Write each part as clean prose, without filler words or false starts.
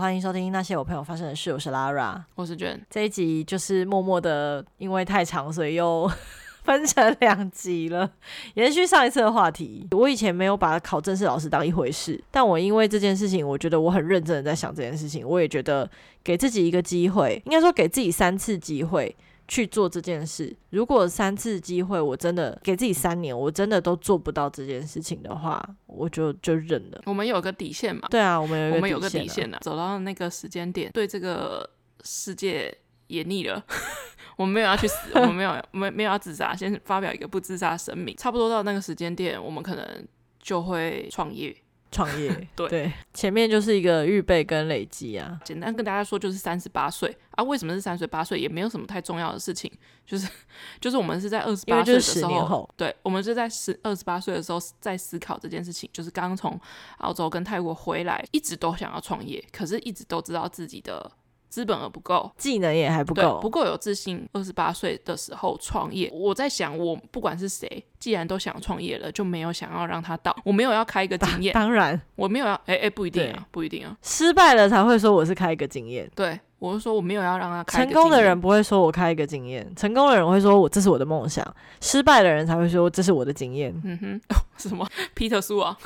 欢迎收听那些我朋友发生的事，我是 Lara， 我是 Jen。 这一集就是默默的因为太长所以又分成2集了，延续上一次的话题。我以前没有把考正式老师当一回事，但我因为这件事情我觉得我很认真的在想这件事情，我也觉得给自己一个机会，应该说给自己3次机会去做这件事。如果3次机会我真的给自己3年我真的都做不到这件事情的话，我就忍了。 我们有个底线嘛？ 对啊，我们有个底线啊，走到那个时间点，对这个世界也腻了我们没有要去死我们没有要自杀，先发表一个不自杀声明。差不多到那个时间点，我们可能就会创业对，前面就是一个预备跟累积啊。 简单跟大家说，就是38岁啊。为什么是38岁？也没有什么太重要的事情，就是我们是在28岁的时候，对，我们是在28岁的时候在思考这件事情，就是刚从澳洲跟泰国回来，一直都想要创业，可是一直都知道自己的资本额不够， 技能也还不够， 不够有自信。28岁的时候创业，我在想，我不管是谁，既然都想创业了，就没有想要让他倒。我没有要开一个经验， 当然我没有要，不一定啊，不一定啊。 失败了才会说我是开一个经验。 对，我是说我没有要让他开一个经验。 成功的人不会说我开一个经验，成功的人会说这是我的梦想，失败的人才会说这是我的经验。 是什么Peter 苏啊？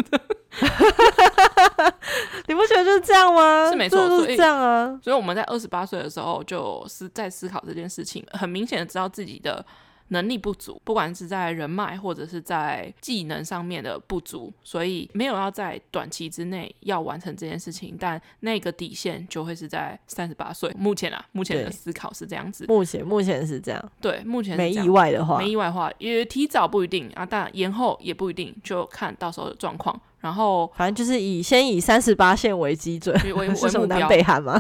你不觉得就是这样吗？ 是没错， 就是这样啊。 所以我们在28岁的时候就是在思考这件事情，很明显的知道自己的能力不足，不管是在人脉或者是在技能上面的不足，所以没有要在短期之内要完成这件事情，但那个底线就会是在38岁。目前的思考是这样子， 目前是这样。 对，目前是这样， 没意外的话，也提早不一定啊，但延后也不一定，就看到时候的状况。然后反正就是先以38线为基准， 为是什么南北韩吗？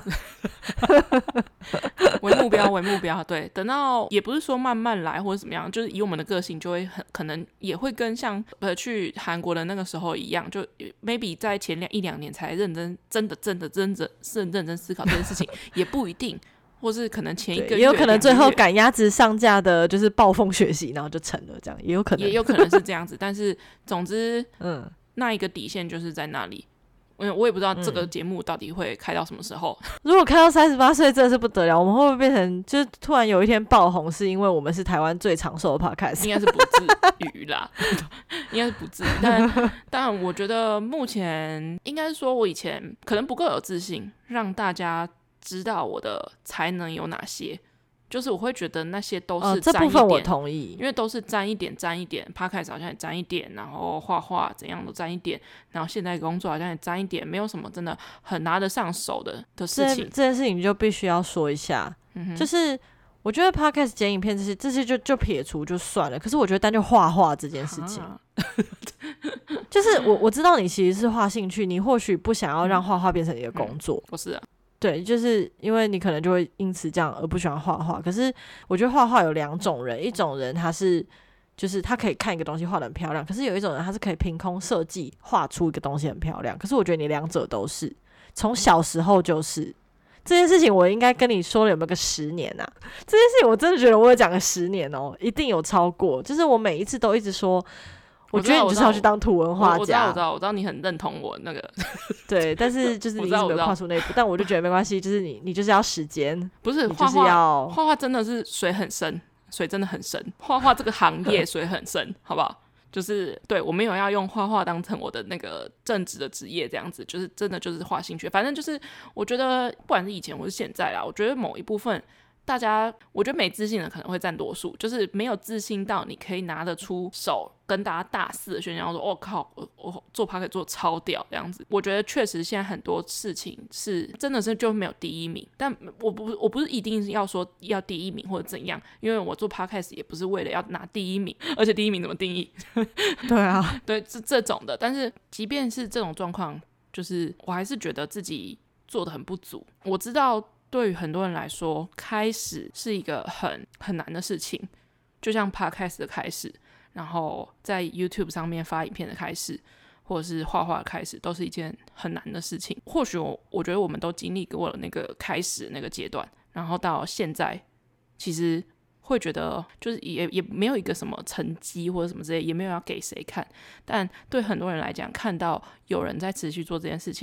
为目标，对。等到也不是说慢慢来或者怎么样，就是以我们的个性就会可能也会跟像去韩国的那个时候一样，就 maybe 在前1-2年才真的是认真思考这件事情也不一定，或是可能前1个月也有可能最后赶鸭子上架的就是暴风学习然后就成了，这样也有可能是这样子。但是总之那一个底线就是在那里。我也不知道这个节目到底会开到什么时候。 如果开到38岁真的是不得了，我们会不会变成就是突然有一天爆红，是因为我们是台湾最长寿的 podcast？ 应该是不至于啦应该是不至于。但我觉得目前应该是说我以前可能不够有自信，让大家知道我的才能有哪些，就是我会觉得那些都是沾一点， 这部分我同意， 因为都是沾一点 Podcast 好像也沾一点，然后画画怎样都沾一点，然后现在工作好像也沾一点，没有什么真的很拿得上手的事情。 这件事情就必须要说一下，就是我觉得 Podcast 剪影片这些就撇除就算了，可是我觉得单就画画这件事情就是我知道你其实是画兴趣，你或许不想要让画画变成你的工作， 不是啊， 对，就是因为你可能就会因此这样而不喜欢画画。可是我觉得画画有2种人，一种人他是就是他可以看一个东西画得很漂亮，可是有一种人他是可以凭空设计画出一个东西很漂亮。可是我觉得你2者都是，从小时候就是这件事情。我应该跟你说了有没有个10年啊？这件事情我真的觉得我有讲个10年哦，一定有超过。就是我每一次都一直说，我觉得你就是要去当图文画家。 我知道你很认同我那个对，但是就是你一直没有跨出那一步。但我就觉得没关系，就是你就是要时间， 不是画画真的是水很深，水真的很深。画画这个行业水很深，好不好？就是对，我没有要用画画当成我的那个正职的职业，这样子，就是真的就是画兴趣。反正就是我觉得不管是以前或是现在啦，我觉得某一部分大家，我觉得没自信的可能会占多数，就是没有自信到你可以拿得出手跟大家大肆的宣扬说靠我做 Podcast 做超屌这样子。我觉得确实现在很多事情是真的是就没有第一名，但我不是一定要说要第一名或者怎样，因为我做 Podcast 也不是为了要拿第一名，而且第一名怎么定义对啊， 对，是这种的。但是即便是这种状况，就是我还是觉得自己做得很不足。我知道对于很多人来说，开始是一个很难的事情，就像 Podcast 的开始，然后在 YouTube 上面发影片的开始，或者是画画的开始，都是一件很难的事情。或许我觉得我们都经历过了那个开始的那个阶段，然后到现在，其实会觉得就是也没有一个什么成绩或者什么之类，也没有要给谁看。但对很多人来讲，看到有人在持续做这件事情，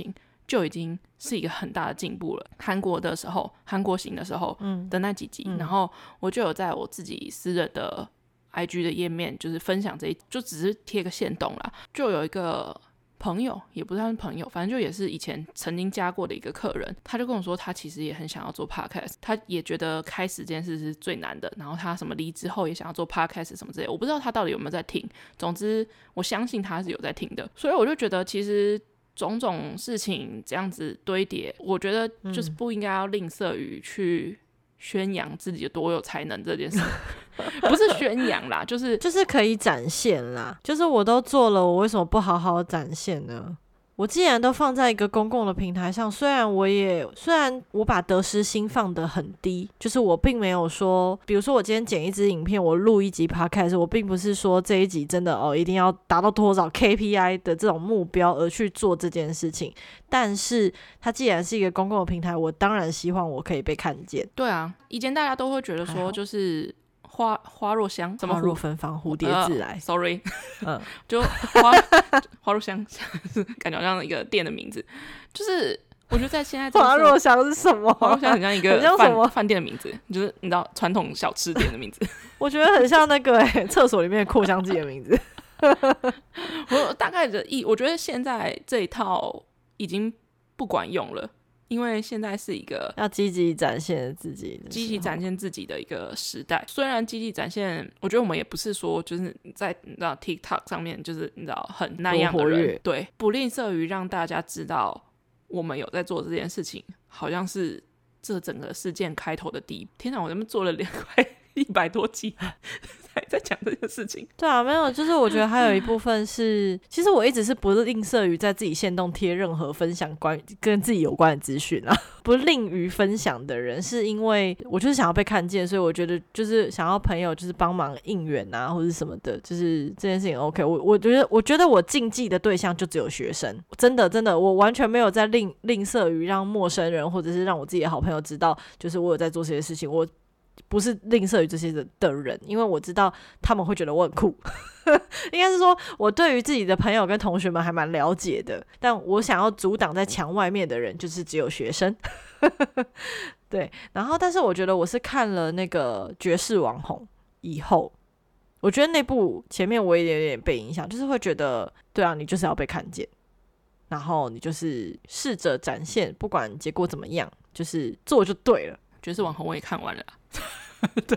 就已经是一个很大的进步了。韩国行的时候的那几集，然后我就有在我自己私人的 IG 的页面就是分享就只是贴个限动啦，就有一个朋友，也不算是朋友，反正就也是以前曾经加过的一个客人，他就跟我说他其实也很想要做 podcast， 他也觉得开始这件事是最难的，然后他什么离职后也想要做 podcast 什么之类的，我不知道他到底有没有在听，总之我相信他是有在听的。所以我就觉得其实种种事情这样子堆叠，我觉得就是不应该要吝啬于去宣扬自己的多有才能这件事不是宣扬啦，就是可以展现啦，就是我都做了，我为什么不好好展现呢？我既然都放在一个公共的平台上，虽然我把得失心放得很低，就是我并没有说，比如说我今天剪一支影片，我录一集 podcast， 我并不是说这一集真的一定要达到多少 KPI 的这种目标而去做这件事情，但是它既然是一个公共的平台，我当然希望我可以被看见。 对啊，以前大家都会觉得说就是花若香， 花若芬芳，蝴蝶自来。 Sorry， 就花若香，感觉好像一个店的名字。就是我觉得在现在花若香是什么？ 花若香很像一个饭店的名字，就是你知道传统小吃店的名字。 我觉得很像那个厕所里面的扩香剂的名字。 我大概的我觉得现在这一套已经不管用了。因为现在是一个要积极展现自己的一个时代。虽然积极展现，我觉得我们也不是说就是在你知道 TikTok 上面就是你知道很那样的人，对，不吝啬于让大家知道我们有在做这件事情，好像是这整个事件开头的第一。天哪，我这边做了快100多集才在讲这件事情。 对啊，没有，就是我觉得还有一部分是其实我一直是不吝啬于在自己限动贴任何分享跟自己有关的资讯啊，不吝于分享的人，是因为我就是想要被看见，所以我觉得就是想要朋友就是帮忙应援啊或者什么的，就是这件事情 OK。 我觉得我禁忌的对象就只有学生，真的我完全没有在吝啬于让陌生人或者是让我自己的好朋友知道就是我有在做这些事情，我不是吝啬于这些的人，因为我知道他们会觉得我很酷应该是说我对于自己的朋友跟同学们还蛮了解的，但我想要阻挡在墙外面的人就是只有学生对，然后但是我觉得我是看了那个绝世网红以后，我觉得那部前面我也有点被影响，就是会觉得对啊，你就是要被看见，然后你就是试着展现，不管结果怎么样就是做就对了。 绝世网红我也看完了啦对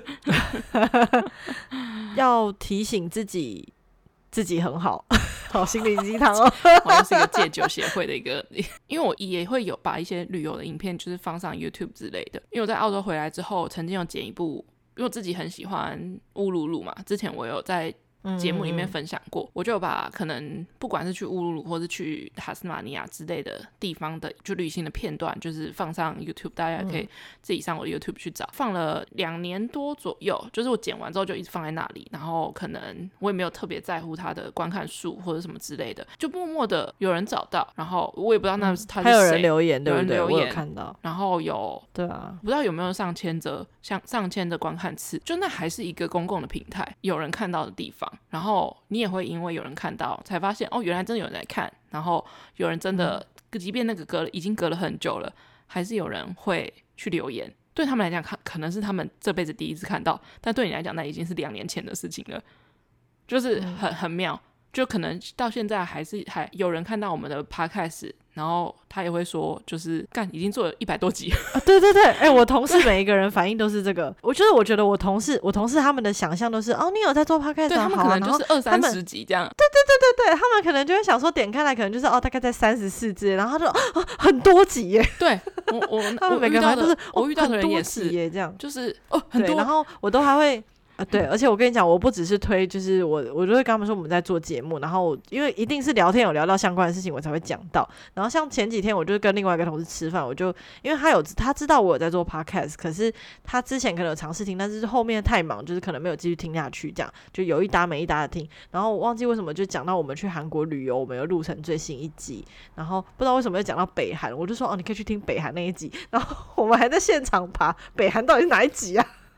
要提醒自己很好好心灵鸡汤哦好像是一个戒酒协会的一个因为我也会有把一些旅游的影片就是放上 YouTube 之类的，因为我在澳洲回来之后曾经有剪一部，因为我自己很喜欢乌鲁鲁嘛，之前我有在节目里面分享过，我就把可能不管是去乌鲁鲁或是去塔斯马尼亚之类的地方的就旅行的片段就是放上 YouTube， 大家可以自己上我的 YouTube 去找，放了2年多左右，就是我剪完之后就一直放在那里，然后可能我也没有特别在乎它的观看数或者什么之类的，就默默的有人找到，然后我也不知道他是谁， 还有人留言对不对？ 有人留言我有看到， 然后有对啊， 不知道有没有上千的观看次，就那还是一个公共的平台，有人看到的地方，然后你也会因为有人看到才发现原来真的有人在看，然后有人真的即便那个已经隔了很久了，还是有人会去留言，对他们来讲可能是他们这辈子第一次看到，但对你来讲那已经是2年前的事情了，就是很妙，就可能到现在还有人看到我们的 podcast， 然后他也会说就是已经做了100多集对对对，我同事每一个人反应都是这个我觉得我同事他们的想象都是你有在做 podcast， 对他们可能就是20-30集这样， 对，他们可能就会想说点开来可能就是大概在34集，然后他就很多集耶， 对他们每个人都是我遇到的人也是耶，这样就是很多， 对，然后我都还会对，而且我跟你讲，我不只是推，就是我就会跟他们说我们在做节目，然后因为一定是聊天有聊到相关的事情我才会讲到，然后像前几天我就跟另外一个同事吃饭，我就因为他知道我有在做 podcast， 可是他之前可能有尝试听，但是后面太忙，就是可能没有继续听下去，这样就有一搭没一搭的听，然后我忘记为什么就讲到我们去韩国旅游，我们有录成最新一集，然后不知道为什么又讲到北韩，我就说你可以去听北韩那一集，然后我们还在现场爬北韩到底是哪一集啊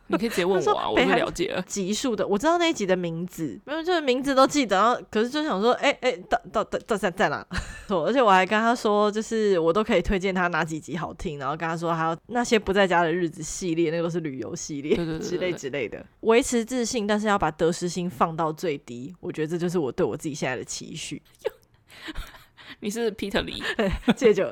你可以直接问我啊，我就了解了。 集数的，我知道那一集的名字，没有，就是名字都记得，然后可是就想说，到在哪？而且我还跟他说，就是我都可以推荐他哪几集好听，然后跟他说还有那些不在家的日子系列，那个都是旅游系列， 对之类的。维持自信，但是要把得失心放到最低，我觉得这就是我对我自己现在的期许。 你是 Peter 李戒酒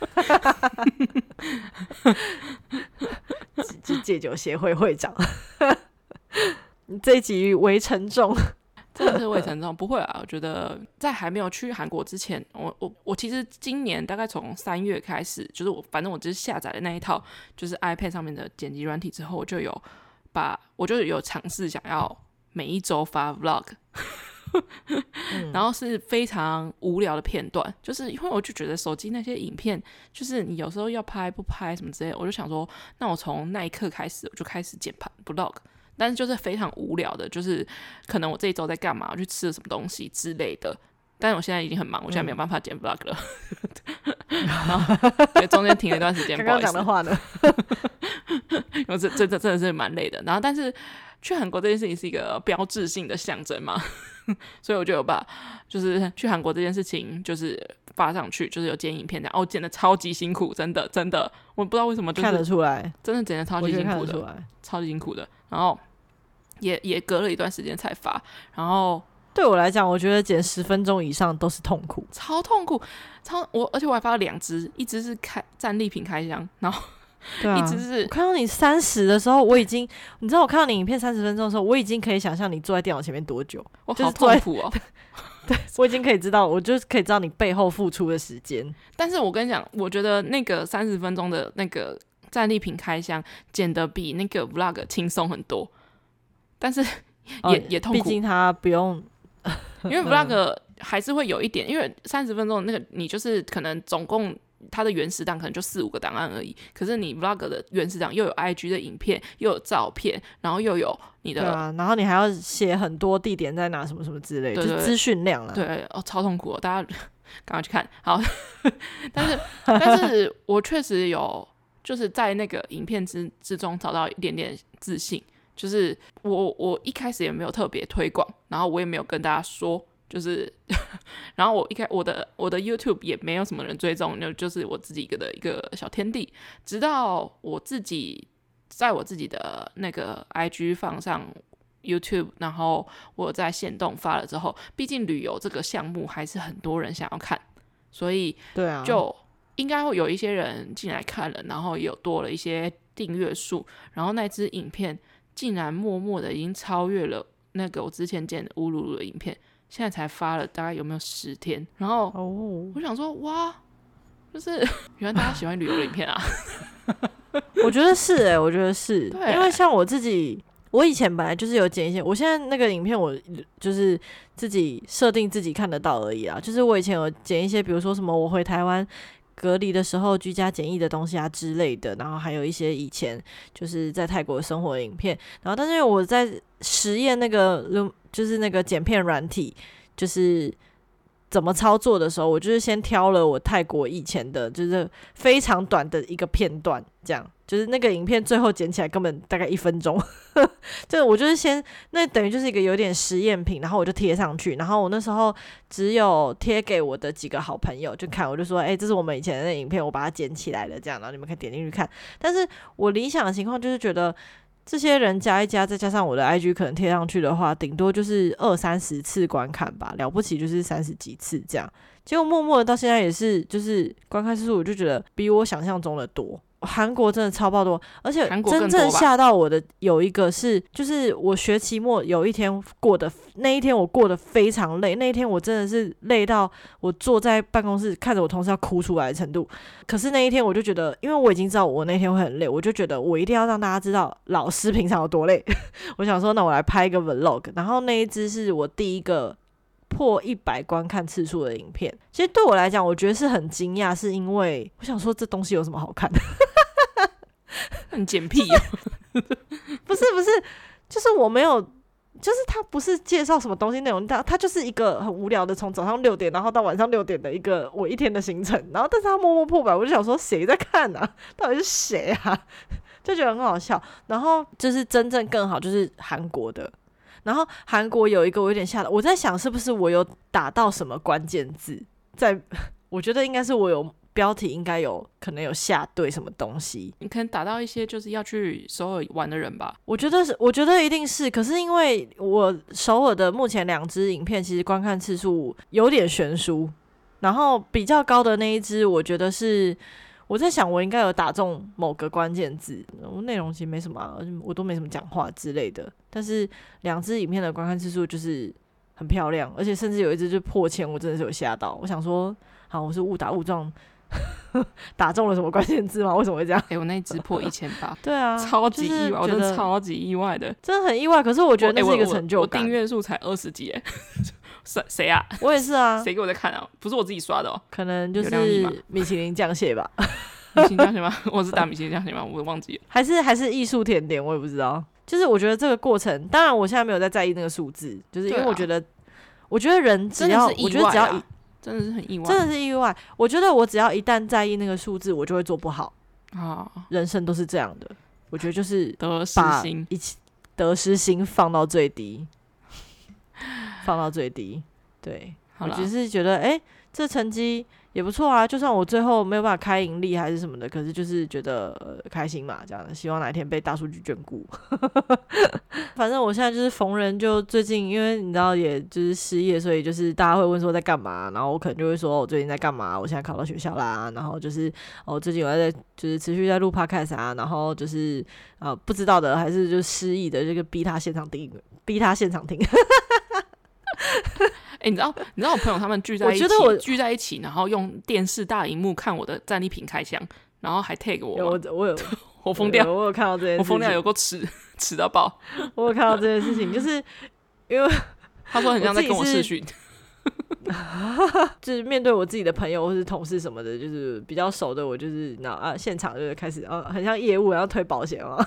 戒酒协会会长这一集微沉重真的是微沉重。不会啊，我觉得在还没有去韩国之前，我其实今年大概从3月开始，就是反正我就是下载了那一套就是 iPad 上面的剪辑软体之后，我就有尝试想要每一周发 vlog 然后是非常无聊的片段，就是因为我就觉得手机那些影片，就是你有时候要拍不拍什么之类的，我就想说，那我从那一刻开始，我就开始剪 vlog， 但是就是非常无聊的，就是可能我这一周在干嘛，我去吃了什么东西之类的。但是我现在已经很忙，我现在没有办法剪 vlog 了，然后对中间停了一段时间， 刚刚讲的话呢， 因为这真的是蛮累的。然后，但是去韩国这件事情是一个标志性的象征嘛，所以我就有把就是去韩国这件事情就是发上去，就是有剪影片这样。哦，剪的超级辛苦，真的，我不知道为什么，就是看得出来， 真的剪的超级辛苦的，超级辛苦的。然后也隔了一段时间才发，然后。 对我来讲，我觉得剪10分钟以上都是痛苦， 超痛苦，而且我还发了2支，一支是战利品开箱，然后一支是我看到你30的时候，我已经，你知道我看到你影片30分钟的时候，我已经可以想象你坐在电脑前面多久， 我好痛苦哦。 对，我已经可以知道，我就可以知道你背后付出的时间。 但是我跟你讲，我觉得那个30分钟的那个战利品开箱剪得比那个 vlog 轻松很多，但是也痛苦， 毕竟他不用。 因为 vlog 还是会有一点，因为30分钟那个你就是可能总共它的原始档可能就4-5个档案而已，可是你 vlog 的原始档又有 IG 的影片，又有照片，然后又有你的， 对啊，然后你还要写很多地点在哪什么什么之类的，就是资讯量啦。 对哦，超痛苦哦，大家赶快去看。好，但是我确实有就是在那个影片之中找到一点点自信。就是我一开始也没有特别推广，然后我也没有跟大家说，就是然后我的 YouTube 也没有什么人追踪，就是我自己的一个小天地。直到我自己在我自己的那个 IG 放上 YouTube， 然后我在限动发了之后，毕竟旅游这个项目还是很多人想要看，所以对啊， 就应该会有一些人进来看了，然后也有多了一些订阅数，然后那支影片竟然默默的已经超越了那个我之前剪的乌鲁鲁的影片，现在才发了大概有没有10天，然后我想说哇，就是原来大家喜欢旅游的影片啊。 我觉得是我觉得是，因为像我自己，我以前本来就是有剪一些，我现在那个影片我就是自己设定自己看得到而已啦，就是我以前有剪一些，比如说什么我回台湾隔离的时候居家检疫的东西啊之类的，然后还有一些以前就是在泰国生活的影片，然后但是因为我在实验那个就是那个剪片软体就是怎么操作的时候，我就是先挑了我泰国以前的就是非常短的一个片段，这样就是那个影片最后剪起来根本大概1分钟就我就是先那等于就是一个有点实验品，然后我就贴上去，然后我那时候只有贴给我的几个好朋友就看，我就说这是我们以前的那影片，我把它剪起来了这样，然后你们可以点进去看。但是我理想的情况就是觉得这些人加一加，再加上我的 IG 可能贴上去的话，顶多就是20-30次观看吧，了不起就是30几次这样。结果默默的到现在也是，就是观看次数我就觉得比我想象中的多。韩国真的超爆多，而且真正吓到我的有一个是，就是我学期末有一天那一天我过得非常累，那一天我真的是累到我坐在办公室看着我同事要哭出来的程度。可是那一天我就觉得，因为我已经知道我那天会很累，我就觉得我一定要让大家知道老师平常有多累我想说那我来拍一个 vlog， 然后那一支是我第一个破100观看次数的影片。其实对我来讲我觉得是很惊讶，是因为我想说这东西有什么好看很简僻哦不是就是我没有，就是他不是介绍什么东西内容，他就是一个很无聊的从早上6点然后到晚上6点的一个我一天的行程，然后但是他默默破100，我就想说谁在看啊，到底是谁啊就觉得很好笑。然后就是真正更好就是韩国的，然后韩国有一个我有点吓到，我在想是不是我有打到什么关键字，我觉得应该是我有标题应该有可能有下对什么东西， 你可能打到一些就是要去首尔玩的人吧。 我觉得一定是，可是因为我首尔的目前2支影片其实观看次数有点悬殊，然后比较高的那一支我觉得是我在想我应该有打中某个关键字，内容其实没什么我都没什么讲话之类的，但是2支影片的观看次数就是很漂亮，而且甚至有一支就破千，我真的是有吓到，我想说好我是误打误撞打中了什么关键字吗？为什么会这样？ 我那一支破1800， 对啊， 超级意外， 就是、 我真的超级意外的， 真的很意外。可是我觉得那是一个成就感。 我订阅数才20几谁啊？ 我也是啊， 谁给我在看啊？不是我自己刷的哦， 可能就是米其林酱蟹吧。 米其林酱蟹吗？我是打米其林酱蟹吗？我忘记了。 还是艺术甜点，我也不知道。就是我觉得这个过程，当然我现在没有在意那个数字，就是因为我觉得人只要，我觉得只要真的是很意外， 真的是意外。我觉得我只要一旦在意那个数字，我就会做不好啊。人生都是这样的，我觉得就是把得失心放到最低，放到最低。对，我只是觉得，这成绩也不错啊。就算我最后没有办法开盈利还是什么的，可是就是觉得开心嘛，这样希望哪一天被大数据眷顾。反正我现在就是逢人就最近，因为你知道也就是失业，所以就是大家会问说在干嘛，然后我可能就会说我最近在干嘛，我现在考到学校啦，然后就是最近我在就是持续在录 podcast 啊，然后就是不知道的还是就失忆的这个逼他现场听。 你知道我朋友他们聚在一起，然后用电视大荧幕看我的战利品开箱，然后还 tag 我吗？ 我有我疯掉， 我有看到这件事情， 我疯掉，有够迟到爆。 我有看到这件事情，就是因为他说很像在跟我视讯， 就是面对我自己的朋友或是同事什么的，就是比较熟的，我就是现场就是开始很像业务，然后推保险嘛。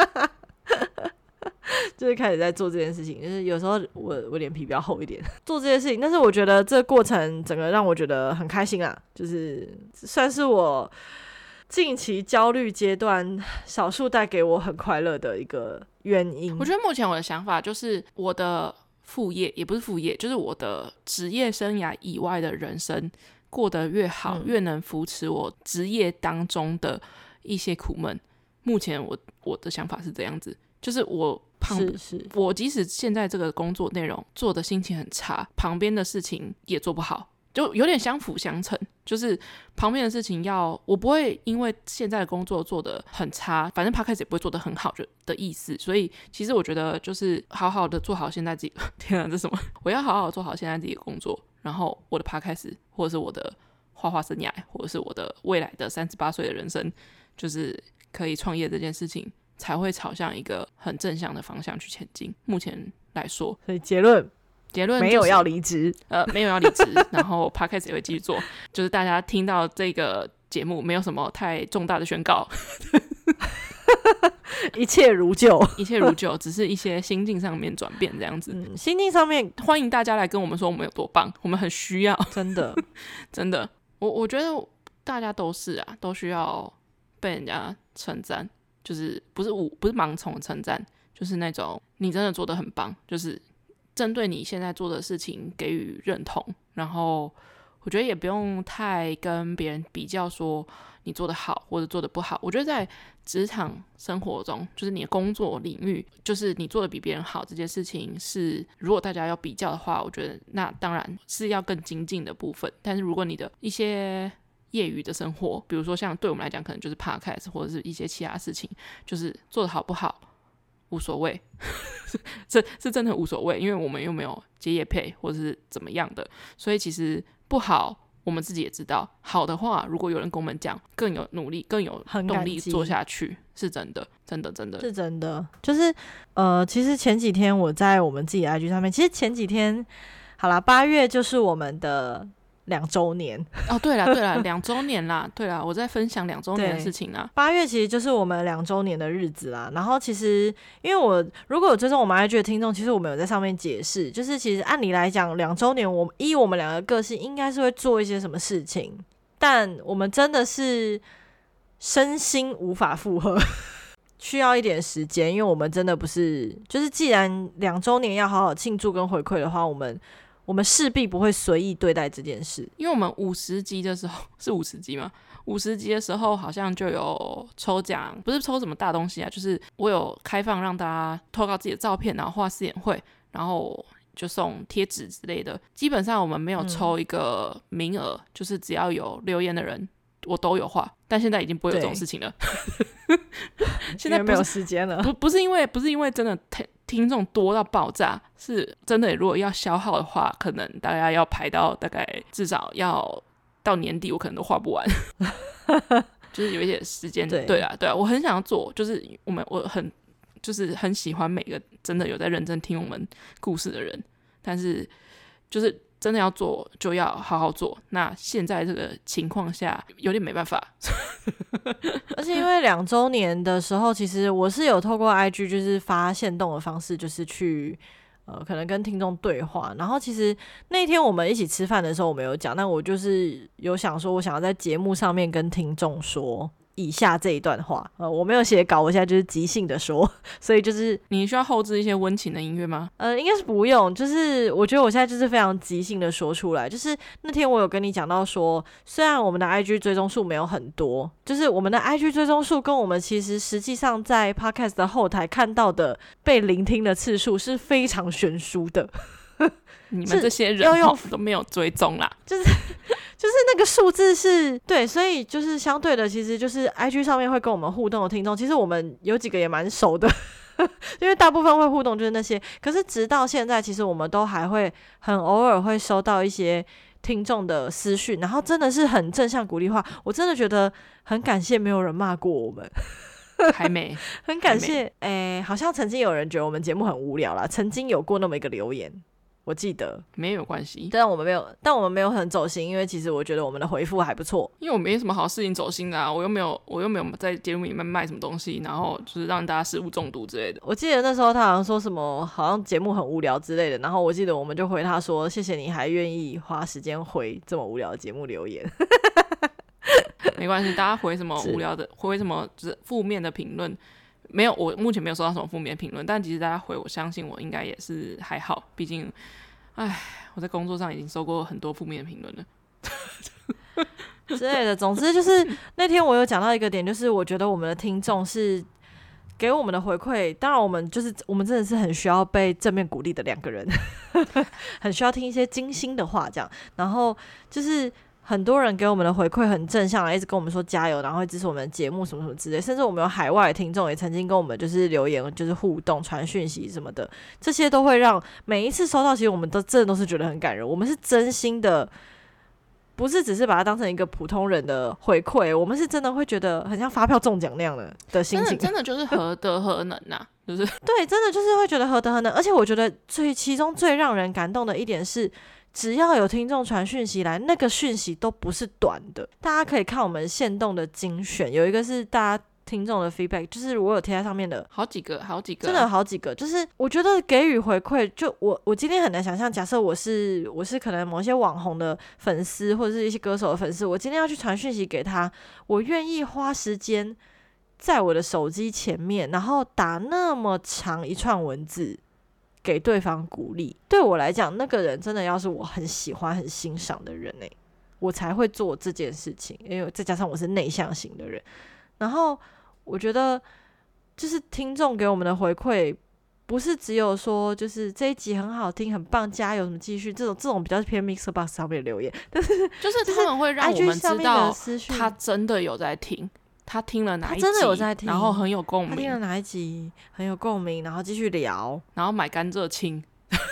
就是开始在做这件事情，就是有时候我脸皮比较厚一点，做这件事情，但是我觉得这个过程整个让我觉得很开心啊，就是算是我近期焦虑阶段少数带给我很快乐的一个原因。 我觉得目前我的想法就是我的副业也不是副业，就是我的职业生涯以外的人生过得越好，越能扶持我职业当中的一些苦闷。目前我的想法是这样子，就是我即使现在这个工作内容做的心情很差，旁边的事情也做不好，就有点相辅相成。就是旁边的事情我不会因为现在的工作做得很差，反正 podcast 也不会做得很好的意思。所以其实我觉得就是好好的做好现在自己天啊，这什么？我要好好做好现在自己的工作，然后我的 podcast 或者是我的画画生涯，或者是我的未来的38岁的人生，就是可以创业这件事情才会朝向一个很正向的方向去前进。目前来说， 所以结论、没有要离职， 没有要离职，然后 podcast 也会继续做。就是大家听到这个节目没有什么太重大的宣告， 一切如旧， 一切如旧，只是一些心境上面转变这样子。 心境上面， 欢迎大家来跟我们说我们有多棒，我们很需要， 真的， 真的，我觉得大家都是啊，都需要被人家称赞，就是不是盲从的称赞，就是那种你真的做得很棒，就是针对你现在做的事情给予认同。然后我觉得也不用太跟别人比较说你做得好或者做得不好。我觉得在职场生活中，就是你的工作领域，就是你做得比别人好这件事情是，如果大家要比较的话，我觉得那当然是要更精进的部分。但是如果你的一些业余的生活，比如说像对我们来讲可能就是 podcast 或者是一些其他事情，就是做得好不好无所谓这是真的无所谓，因为我们又没有接业配或者是怎么样的，所以其实不好我们自己也知道，好的话如果有人跟我们讲，更有努力更有动力做下去，是真的真的真的是真的。就是其实前几天我在我们自己的 IG 上面，其实前几天好啦，8月就是我们的2周年哦，对啦2周年啦，对啦，我在分享2周年的事情啦。 8月其实就是我们2周年的日子啦。然后其实因为如果有追踪我们 IG 的听众，其实我们有在上面解释，就是其实按理来讲2周年我们两个个性应该是会做一些什么事情，但我们真的是身心无法负荷需要一点时间，因为我们真的不是，就是既然2周年要好好庆祝跟回馈的话，我们势必不会随意对待这件事。 因为我们50集的时候是50集吗？50集的时候好像就有抽奖，不是抽什么大东西啊，就是我有开放让大家投稿自己的照片，然后画试演会，然后就送贴纸之类的。基本上我们没有抽一个名额，就是只要有留言的人我都有画，但现在已经不会有这种事情了。现在没有时间了， 不是因为真的听众多到爆炸，是真的如果要消耗的话，可能大家要排到大概至少要到年底，我可能都画不完。就是有一些时间，对啊，我很想要做，就是我很喜欢每个真的有在认真听我们故事的人，但是就是真的要做就要好好做。那现在这个情况下有点没办法。 而且因为2周年的时候，其实我是有透过 IG 就是发限动的方式，就是去可能跟听众对话。然后其实那天我们一起吃饭的时候，我们有讲，但我就是有想说，我想要在节目上面跟听众说以下这一段话，我没有写稿，我现在就是即兴的说，所以就是你需要后置一些温情的音乐吗？ 应该是不用，就是我觉得我现在就是非常即兴的说出来。就是那天我有跟你讲到说，虽然我们的 IG 追踪数没有很多，就是我们的 IG 追踪数跟我们其实实际上在 Podcast 的后台看到的被聆听的次数是非常悬殊的。 你们这些人都没有追踪啦， 就是那个数字是对，所以就是相对的，其实就是 IG 上面会跟我们互动的听众，其实我们有几个也蛮熟的，因为大部分会互动就是那些。可是直到现在，其实我们都还会很偶尔会收到一些听众的私讯，然后真的是很正向鼓励话，我真的觉得很感谢没有人骂过我们。 还没很感谢好像曾经有人觉得我们节目很无聊啦，曾经有过那么一个留言，我记得。 没有关系， 但我们没有很走心，因为其实我觉得我们的回复还不错。 因为我没什么好事情走心的啊，我又没有在节目里面卖什么东西，然后就是让大家食物中毒之类的。 我记得那时候他好像说什么，好像节目很无聊之类的，然后我记得我们就回他说，谢谢你还愿意花时间回这么无聊的节目留言。 没关系，大家回什么无聊的，回什么就是负面的评论，没有，我目前没有收到什么负面评论，但其实大家回，我相信我应该也是还好，毕竟，我在工作上已经收过很多负面的评论了之类的。总之就是那天我有讲到一个点，就是我觉得我们的听众是给我们的回馈，当然我们真的是很需要被正面鼓励的2个人，很需要听一些精心的话，这样，然后就是。很多人给我们的回馈很正向，一直跟我们说加油，然后会支持我们的节目什么什么之类，甚至我们有海外的听众也曾经跟我们就是留言，就是互动、传讯息什么的，这些都会让每一次收到，其实我们都真的都是觉得很感人。我们是真心的，不是只是把它当成一个普通人的回馈，我们是真的会觉得很像发票中奖那样的心情， 真的就是何德何能啊，就是对，真的就是会觉得何德何能。而且我觉得其中最让人感动的一点是。只要有听众传讯息来，那个讯息都不是短的。大家可以看我们限动的精选，有一个是大家听众的 feedback， 就是我有贴在上面的， 好几个， 真的有好几个。就是我觉得给予回馈，就我今天很难想象，假设我是可能某些网红的粉丝，或者是一些歌手的粉丝，我今天要去传讯息给他，我愿意花时间在我的手机前面，然后打那么长一串文字。给对方鼓励，对我来讲，那个人真的要是我很喜欢、很欣赏的人我才会做这件事情。因为再加上我是内向型的人，然后我觉得就是听众给我们的回馈，不是只有说就是这一集很好听、很棒，加油什么继续这种比较偏 Mixer Box 上面的留言，但是就是他们会让我们知道他真的有在听。他听了哪一集，他真的有在听， 然后很有共鸣。 他听了哪一集很有共鸣，然后继续聊， 然后买甘蔗青，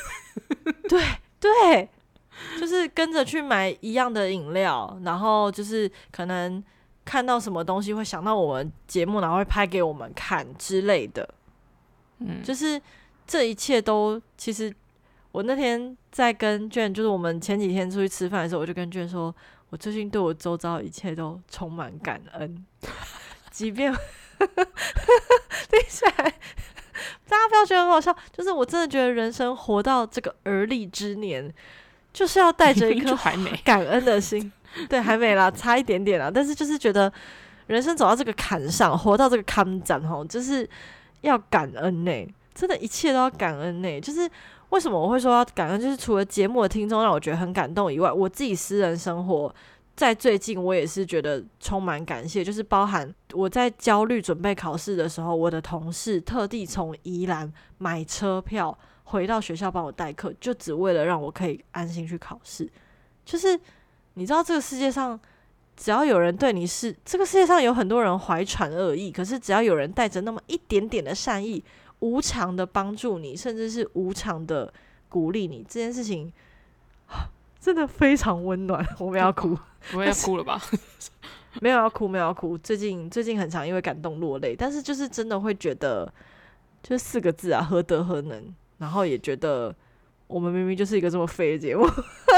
对，就是跟着去买一样的饮料，然后就是可能看到什么东西会想到我们节目，然后会拍给我们看之类的。就是这一切都其实，我那天在跟卷，就是我们前几天出去吃饭的时候，我就跟卷说。我最近对我周遭一切都充满感恩，即便听起来大家不要觉得很好笑，就是我真的觉得人生活到这个而立之年，就是要带着一颗感恩的心。对，还没啦，差一点点啦，但是就是觉得人生走到这个坎上，活到这个坎站吼，就是要感恩真的一切都要感恩就是为什么我会说要感恩，就是除了节目的听众让我觉得很感动以外，我自己私人生活在最近我也是觉得充满感谢，就是包含我在焦虑准备考试的时候，我的同事特地从宜兰买车票回到学校帮我代课，就只为了让我可以安心去考试。就是你知道这个世界上只要有人对你是，这个世界上有很多人怀揣恶意，可是只要有人带着那么一点点的善意，无偿的帮助你，甚至是无偿的鼓励你，这件事情真的非常温暖。我们要哭， 不会要哭了吧？ 没有要哭，没有要哭。最近很常因为感动落泪，但是就是真的会觉得，就是4个字啊，何德何能。然后也觉得我们明明就是一个这么废的节目，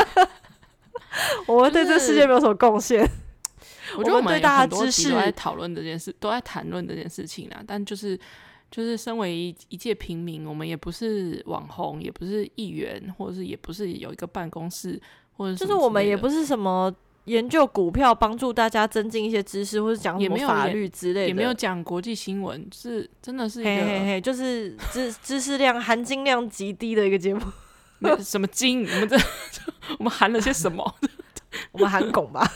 我们对这世界没有什么贡献。 我觉得我们对大家很多知识集都在讨论这件事，都在谈论这件事情啦。但就是身为一介平民，我们也不是网红，也不是议员，或者是也不是有一个办公室，或者就是我们也不是什么研究股票，帮助大家增进一些知识，或者讲什么法律之类的， 也没有讲国际新闻，是真的是一个就是知识量含金量极低的一个节目。 什么金？我们含了些什么？ 我们含汞吧。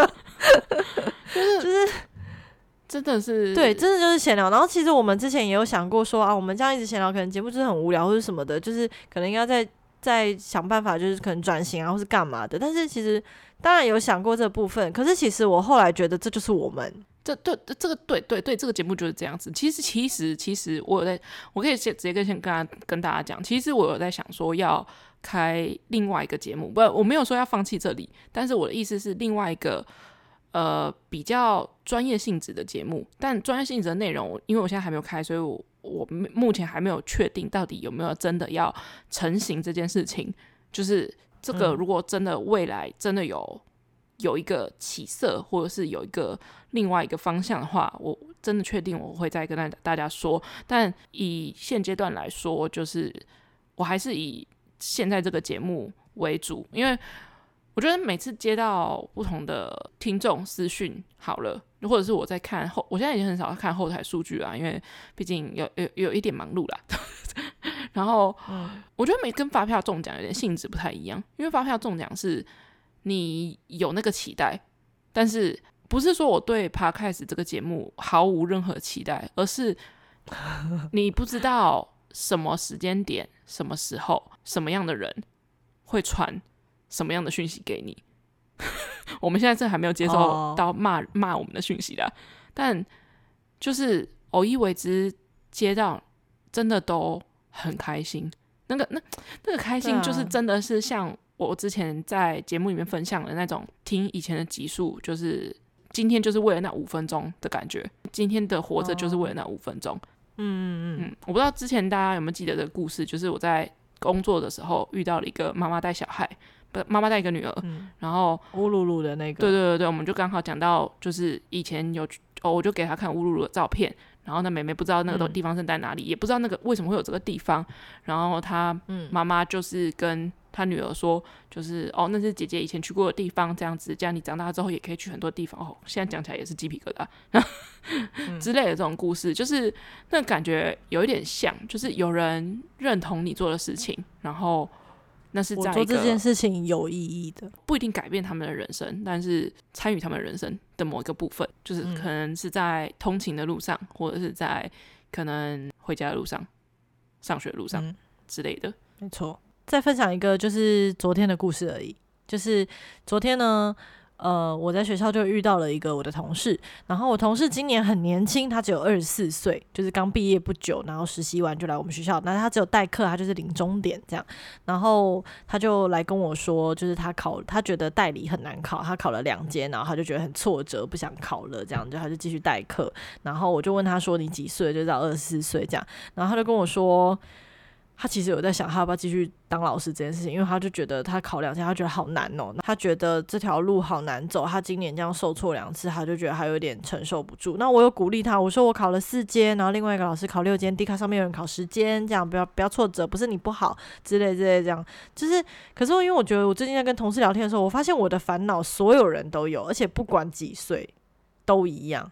就是真的是对，真的就是闲聊。然后其实我们之前也有想过说啊，我们这样一直闲聊，可能节目就是很无聊或者什么的，就是可能应该再想办法，就是可能转型啊，或是干嘛的。但是其实当然有想过这部分，可是其实我后来觉得这就是我们。 这个节目就是这样子。其实我有在，我可以直接跟大家讲，其实我有在想说要开另外一个节目，我没有说要放弃这里，但是我的意思是另外一个比较专业性质的节目，但专业性质的内容，因为我现在还没有开，所以我目前还没有确定到底有没有真的要成型这件事情。就是这个如果真的未来真的有一个起色，或者是有一个另外一个方向的话，我真的确定我会再跟大家说。但以现阶段来说，就是我还是以现在这个节目为主，因为我觉得每次接到不同的听众私讯好了，或者是我在看我现在已经很少看后台数据啦，因为毕竟有一点忙碌啦。然后我觉得跟发票中奖有点性质不太一样，因为发票中奖是你有那个期待，但是不是说我对 Podcast 这个节目毫无任何期待，而是你不知道什么时间点、什么时候、什么样的人会传什么样的讯息给你。我们现在这还没有接收到骂我们的讯息啦，但就是偶一为之接到，真的都很开心。那个开心就是真的是像我之前在节目里面分享的那种，听以前的集数，就是今天就是为了那5分钟的感觉，今天的活着就是为了那5分钟。我不知道之前大家有没有记得这个故事，就是我在工作的时候遇到了一个妈妈带小孩，妈妈带一个女儿，然后乌鲁鲁的那个， 对，我们就刚好讲到，就是以前我就给她看乌鲁鲁的照片，然后那妹妹不知道那个地方是在哪里，也不知道那个为什么会有这个地方，然后她妈妈就是跟她女儿说，就是那是姐姐以前去过的地方，这样子，这样你长大之后也可以去很多地方。现在讲起来也是鸡皮疙瘩之类的这种故事，就是那感觉有一点像，就是有人认同你做的事情，然后那是在一个我做这件事情有意义的， 不一定改变他们的人生，但是参与他们的人生的某一个部分，就是可能是在通勤的路上，或者是在可能回家的路上、上学的路上之类的。 没错。再分享一个就是昨天的故事而已，就是昨天呢我在学校就遇到了一个我的同事，然后我同事今年很年轻，他只有24岁，就是刚毕业不久，然后实习完就来我们学校，那他只有代课，他就是领钟点这样，然后他就来跟我说，就是他觉得代理很难考，他考了2间，然后他就觉得很挫折，不想考了这样，就他就继续代课，然后我就问他说你几岁，就到24岁这样，然后他就跟我说他其实有在想他要不要继续当老师这件事情，因为他就觉得他考2次他觉得好难哦，他觉得这条路好难走，他今年这样受挫2次他就觉得他有点承受不住。那我有鼓励他，我说我考了4间，然后另外一个老师考6间，D 卡上面有人考10间，这样不要挫折，不是你不好之类这样，就是可是因为我觉得我最近在跟同事聊天的时候，我发现我的烦恼所有人都有，而且不管几岁都一样，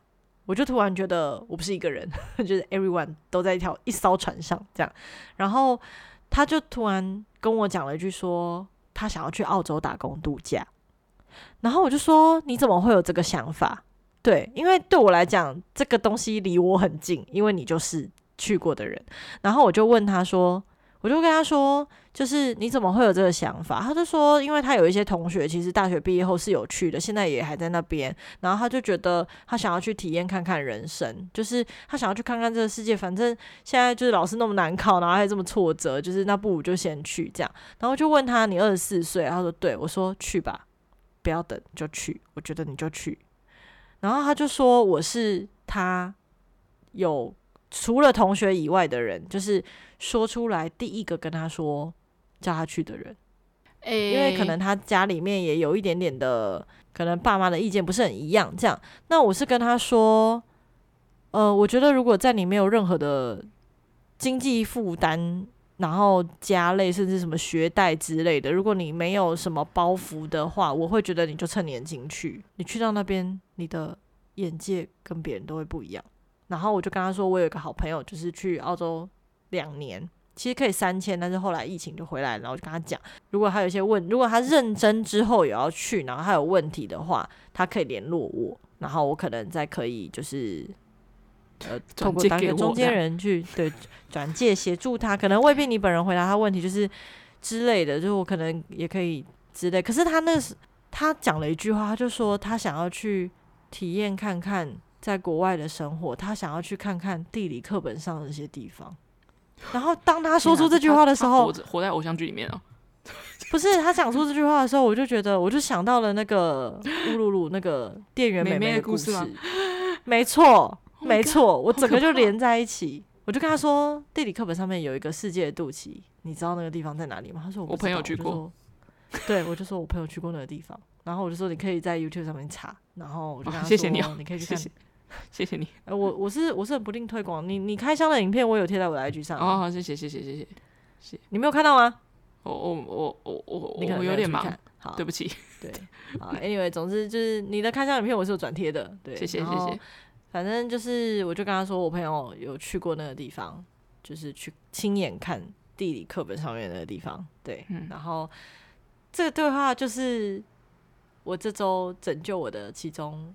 我就突然觉得我不是一个人，就是 everyone 都在一艘船上这样。然后他就突然跟我讲了一句说他想要去澳洲打工度假，然后我就说你怎么会有这个想法？对，因为对我来讲这个东西离我很近，因为你就是去过的人。然后我就问他说，我就跟他说，就是你怎么会有这个想法？他就说，因为他有一些同学其实大学毕业后是有去的，现在也还在那边，然后他就觉得他想要去体验看看人生，就是他想要去看看这个世界，反正现在就是老师那么难考，然后还这么挫折，就是那不如就先去这样。然后就问他你24岁，他说对，我说去吧，不要等就去，我觉得你就去。然后他就说我是他有除了同学以外的人，就是说出来第一个跟他说叫他去的人。因为可能他家里面也有一点点的，可能爸妈的意见不是很一样这样。那我是跟他说我觉得如果在你没有任何的经济负担，然后家累甚至什么学贷之类的，如果你没有什么包袱的话，我会觉得你就趁年轻去，你去到那边你的眼界跟别人都会不一样。然后我就跟他说我有一个好朋友就是去澳洲2年，其实可以3000，但是后来疫情就回来了。然后我就跟他讲，如果他有一些如果他认真之后也要去，然后他有问题的话，他可以联络我，然后我可能再可以就是透过当一个中间人去对转介协助他，可能未必你本人回答他问题就是之类的，就是我可能也可以之类。可是他讲了一句话，他就说他想要去体验看看在国外的生活，他想要去看看地理课本上的这些地方。然后当他说出这句话的时候， 他活在偶像剧里面哦。 不是他讲出这句话的时候，我就觉得我就想到了那个乌鲁鲁那个店员妹妹的故事吗？ 没错没错，我整个就连在一起。我就跟他说地理课本上面有一个世界的肚脐，你知道那个地方在哪里吗？他说我朋友去过。 对，我就说我朋友去过那个地方，然后我就说你可以在 YouTube 上面查，然后我就跟他说谢谢你你可以去看。 谢谢你。 我是很不吝推广，你开箱的影片我有贴在我的 IG 上。 好，谢谢。 你没有看到吗？ 我你可能有点忙， 好， 对不起。 对，好 ，anyway， 总之就是你的开箱影片我是有转贴的，对， 谢谢。 反正就是我就跟他说，我朋友有去过那个地方，就是去亲眼看地理课本上面的那个地方，对，然后这个对话就是我这周拯救我的其中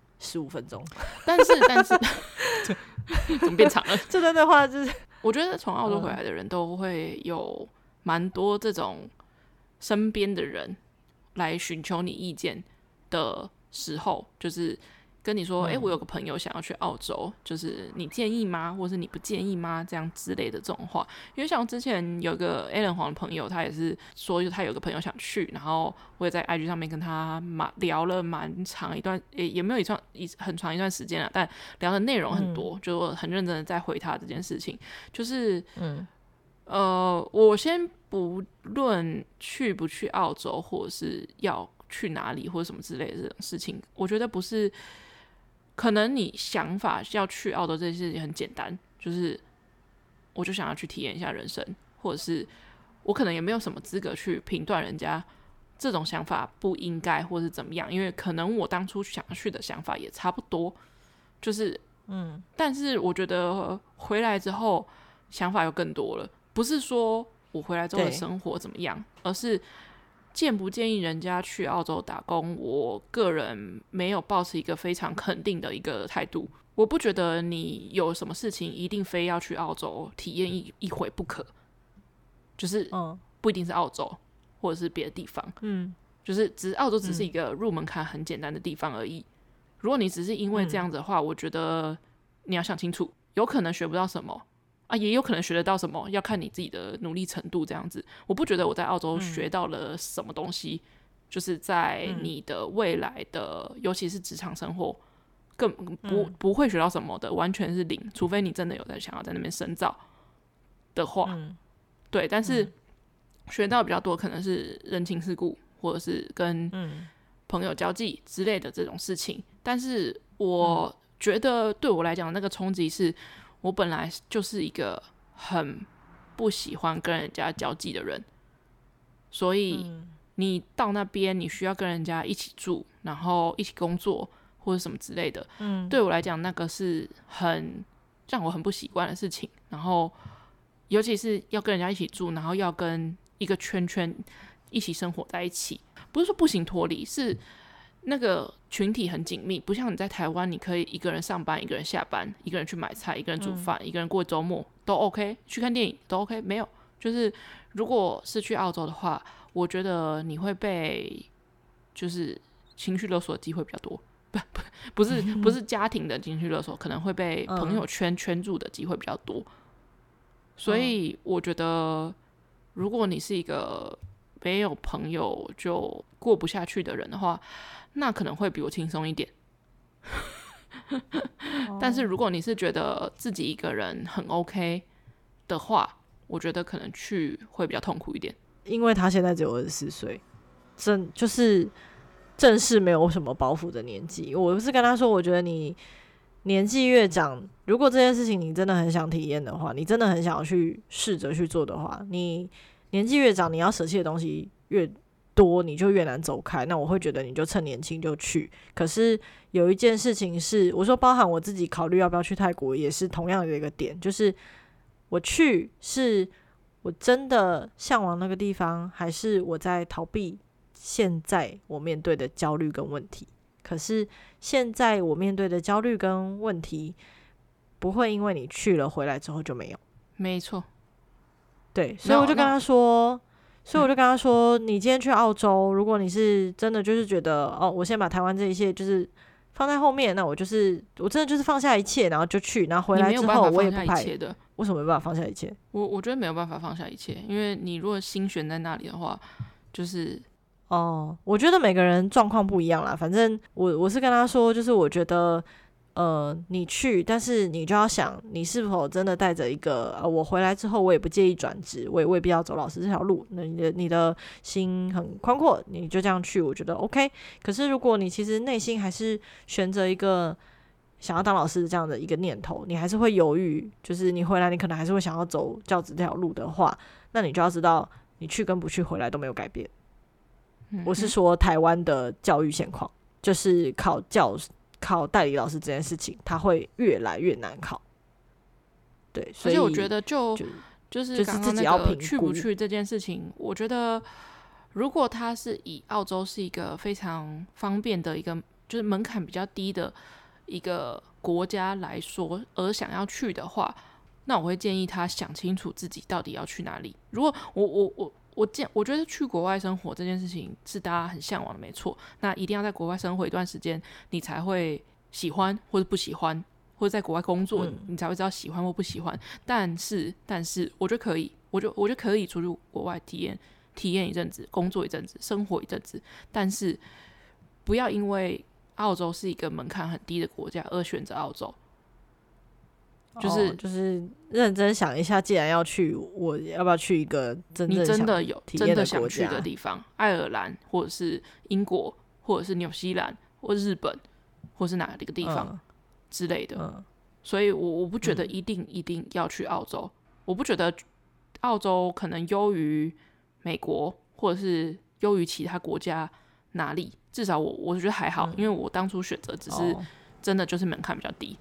15分钟， 但是怎么变长了？ 这段对话就是我觉得从澳洲回来的人都会有蛮多这种身边的人来寻求你意见的时候，就是跟你说我有个朋友想要去澳洲，就是你建议吗？或是你不建议吗？这样之类的这种话。因为像之前有个 Alan 黄的朋友，他也是说他有个朋友想去，然后我也在 IG 上面跟他聊了蛮长一段，也没有很长一段时间了，但聊的内容很多，就我很认真的在回他这件事情，就是我先不论去不去澳洲，或者是要去哪里或者什么之类的这种事情，我觉得不是。可能你想法要去澳洲这件事情很简单，就是我就想要去体验一下人生，或者是我可能也没有什么资格去评断人家这种想法不应该或是怎么样，因为可能我当初想去的想法也差不多，就是但是我觉得回来之后想法又更多了，不是说我回来之后的生活怎么样，而是建不建议人家去澳洲打工，我个人没有抱持一个非常肯定的一个态度。我不觉得你有什么事情一定非要去澳洲体验一回不可，就是不一定是澳洲或者是别的地方，就是澳洲只是一个入门槛很简单的地方而已。如果你只是因为这样子的话，我觉得你要想清楚，有可能学不到什么啊，也有可能学得到什么，要看你自己的努力程度这样子。我不觉得我在澳洲学到了什么东西，就是在你的未来的尤其是职场生活更不会学到什么的，完全是零，除非你真的有在想要在那边深造的话，对。但是学到比较多可能是人情世故，或者是跟朋友交际之类的这种事情。但是我觉得对我来讲那个冲击是，我本来就是一个很不喜欢跟人家交际的人，所以你到那边你需要跟人家一起住，然后一起工作，或或者什么之类的，对我来讲那个是让我很不习惯的事情。然后尤其是要跟人家一起住，然后要跟一个圈圈一起生活在一起，不是说不行脱离，是那个群体很紧密，不像你在台湾，你可以一个人上班，一个人下班，一个人去买菜，一个人煮饭，一个人过周末都 OK， 去看电影都 OK。没有，就是如果是去澳洲的话，我觉得你会被就是情绪勒索的机会比较多。不是家庭的情绪勒索，可能会被朋友圈圈住的机会比较多。所以我觉得，如果你是一个没有朋友就过不下去的人的话，那可能会比我轻松一点。但是如果你是觉得自己一个人很 OK 的话，我觉得可能去会比较痛苦一点。 因为他现在只有24岁，就是正是没有什么包袱的年纪。我是跟他说，我觉得你年纪越长，如果这件事情你真的很想体验的话，你真的很想要去试着去做的话，你年纪越长，你要舍弃的东西越多，你就越难走开。那我会觉得你就趁年轻就去。可是有一件事情是，我说包含我自己考虑要不要去泰国，也是同样的一个点，就是我去是我真的向往那个地方，还是我在逃避现在我面对的焦虑跟问题。可是现在我面对的焦虑跟问题不会因为你去了回来之后就没有。 没错， 对，所以我就跟他说，你今天去澳洲，如果你是真的就是觉得我先把台湾这一切就是放在后面，那我真的就是放下一切，然后就去，然后回来之后我也不排的。 为什么没办法放下一切？ 我觉得没有办法放下一切，因为你如果心悬在那里的话，就是我觉得每个人状况不一样啦。反正我是跟他说，就是我觉得你去，但是你就要想，你是否真的带着一个我回来之后我也不介意转职，我也未必要走老师这条路。那你的心很宽阔，你就这样去，我觉得 OK。可是如果你其实内心还是悬着一个想要当老师这样的一个念头，你还是会犹豫，就是你回来你可能还是会想要走教职这条路的话，那你就要知道，你去跟不去回来都没有改变。我是说台湾的教育现况，就是考代理老师这件事情，它会越来越难考。对，所以而且我觉得就是刚刚那个去不去这件事情，我觉得如果他是以澳洲是一个非常方便的一个，就是门槛比较低的一个国家来说，而想要去的话，那我会建议他想清楚自己到底要去哪里。如果我觉得去国外生活这件事情是大家很向往的，没错。那一定要在国外生活一段时间，你才会喜欢或者不喜欢，或者在国外工作，你才会知道喜欢或不喜欢。但是我觉得可以，我觉得可以出去国外体验一阵子，工作一阵子，生活一阵子。但是不要因为澳洲是一个门槛很低的国家而选择澳洲。 就是认真想一下，既然要去，我要不要去一个真正想去的地方？爱尔兰，或者是英国，或者是纽西兰，或日本，或是哪个地方之类的。所以我不觉得一定要去澳洲。我不觉得澳洲可能优于美国，或者是优于其他国家哪里。至少我觉得还好，因为我当初选择只是真的就是门槛比较低。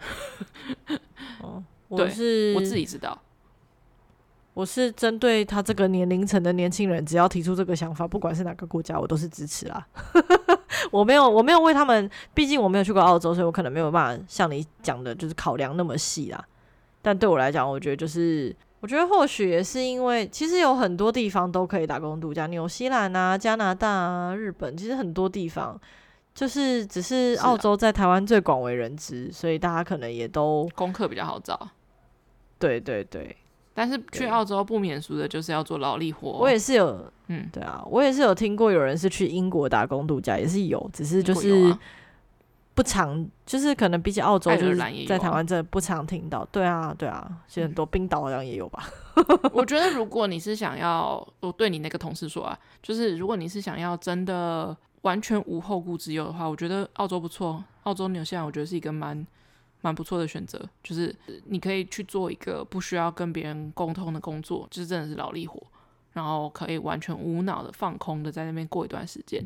我自己知道， 我是针对他这个年龄层的年轻人，只要提出这个想法，不管是哪个国家，我都是支持啦。我没有为他们，毕竟我没有去过澳洲，所以我可能没有办法像你讲的，就是考量那么细啦。但对我来讲，我觉得或许也是因为，其实有很多地方都可以打工度假，纽西兰啊、加拿大啊、日本，其实很多地方。就是只是澳洲在台湾最广为人知，所以大家可能也都功课比较好找。 对对对， 但是去澳洲不免俗的就是要做劳力活。 我也是有，对啊，我也是有听过有人是去英国打工度假，也是有，只是就是不常，就是可能比起澳洲，就是在台湾真的不常听到。对啊，对啊，其实很多冰岛好像也有吧。 我觉得如果你是想要，我对你那个同事说啊，就是如果你是想要真的完全无后顾之忧的话，我觉得澳洲不错。澳洲纽西兰我觉得是一个蛮不错的选择，就是你可以去做一个不需要跟别人沟通的工作，就是真的是劳力活，然后可以完全无脑的放空的在那边过一段时间。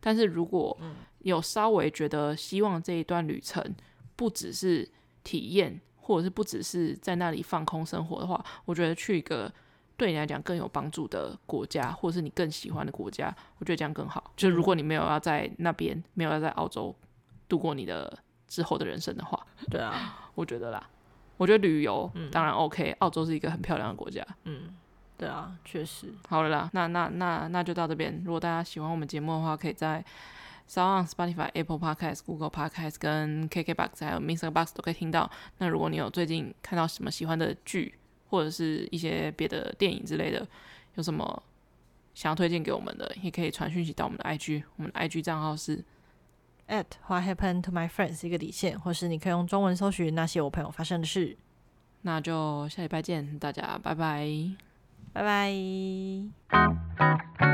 但是如果有稍微觉得希望这一段旅程不只是体验，或者是不只是在那里放空生活的话，我觉得去一个对你来讲更有帮助的国家，或者是你更喜欢的国家，我觉得这样更好。就如果你没有要在那边，没有要在澳洲度过你的之后的人生的话， 对啊， 我觉得啦，我觉得旅游当然 OK，澳洲是一个很漂亮的国家。 对啊，确实。 好了啦，那就到这边。如果大家喜欢我们节目的话，可以在 SoundOn、Spotify、Apple Podcast、Google Podcast 跟 KKBox 还有 MixerBox 都可以听到。那如果你有最近看到什么喜欢的剧，或者是一些别的电影之类的，有什么想要推荐给我们的，也可以传讯息到我们的 IG， 我们的 IG 账号是 @What happened to my friends 一个底线，或是你可以用中文搜寻那些我朋友发生的事。 那就下礼拜见，大家拜拜。 拜拜。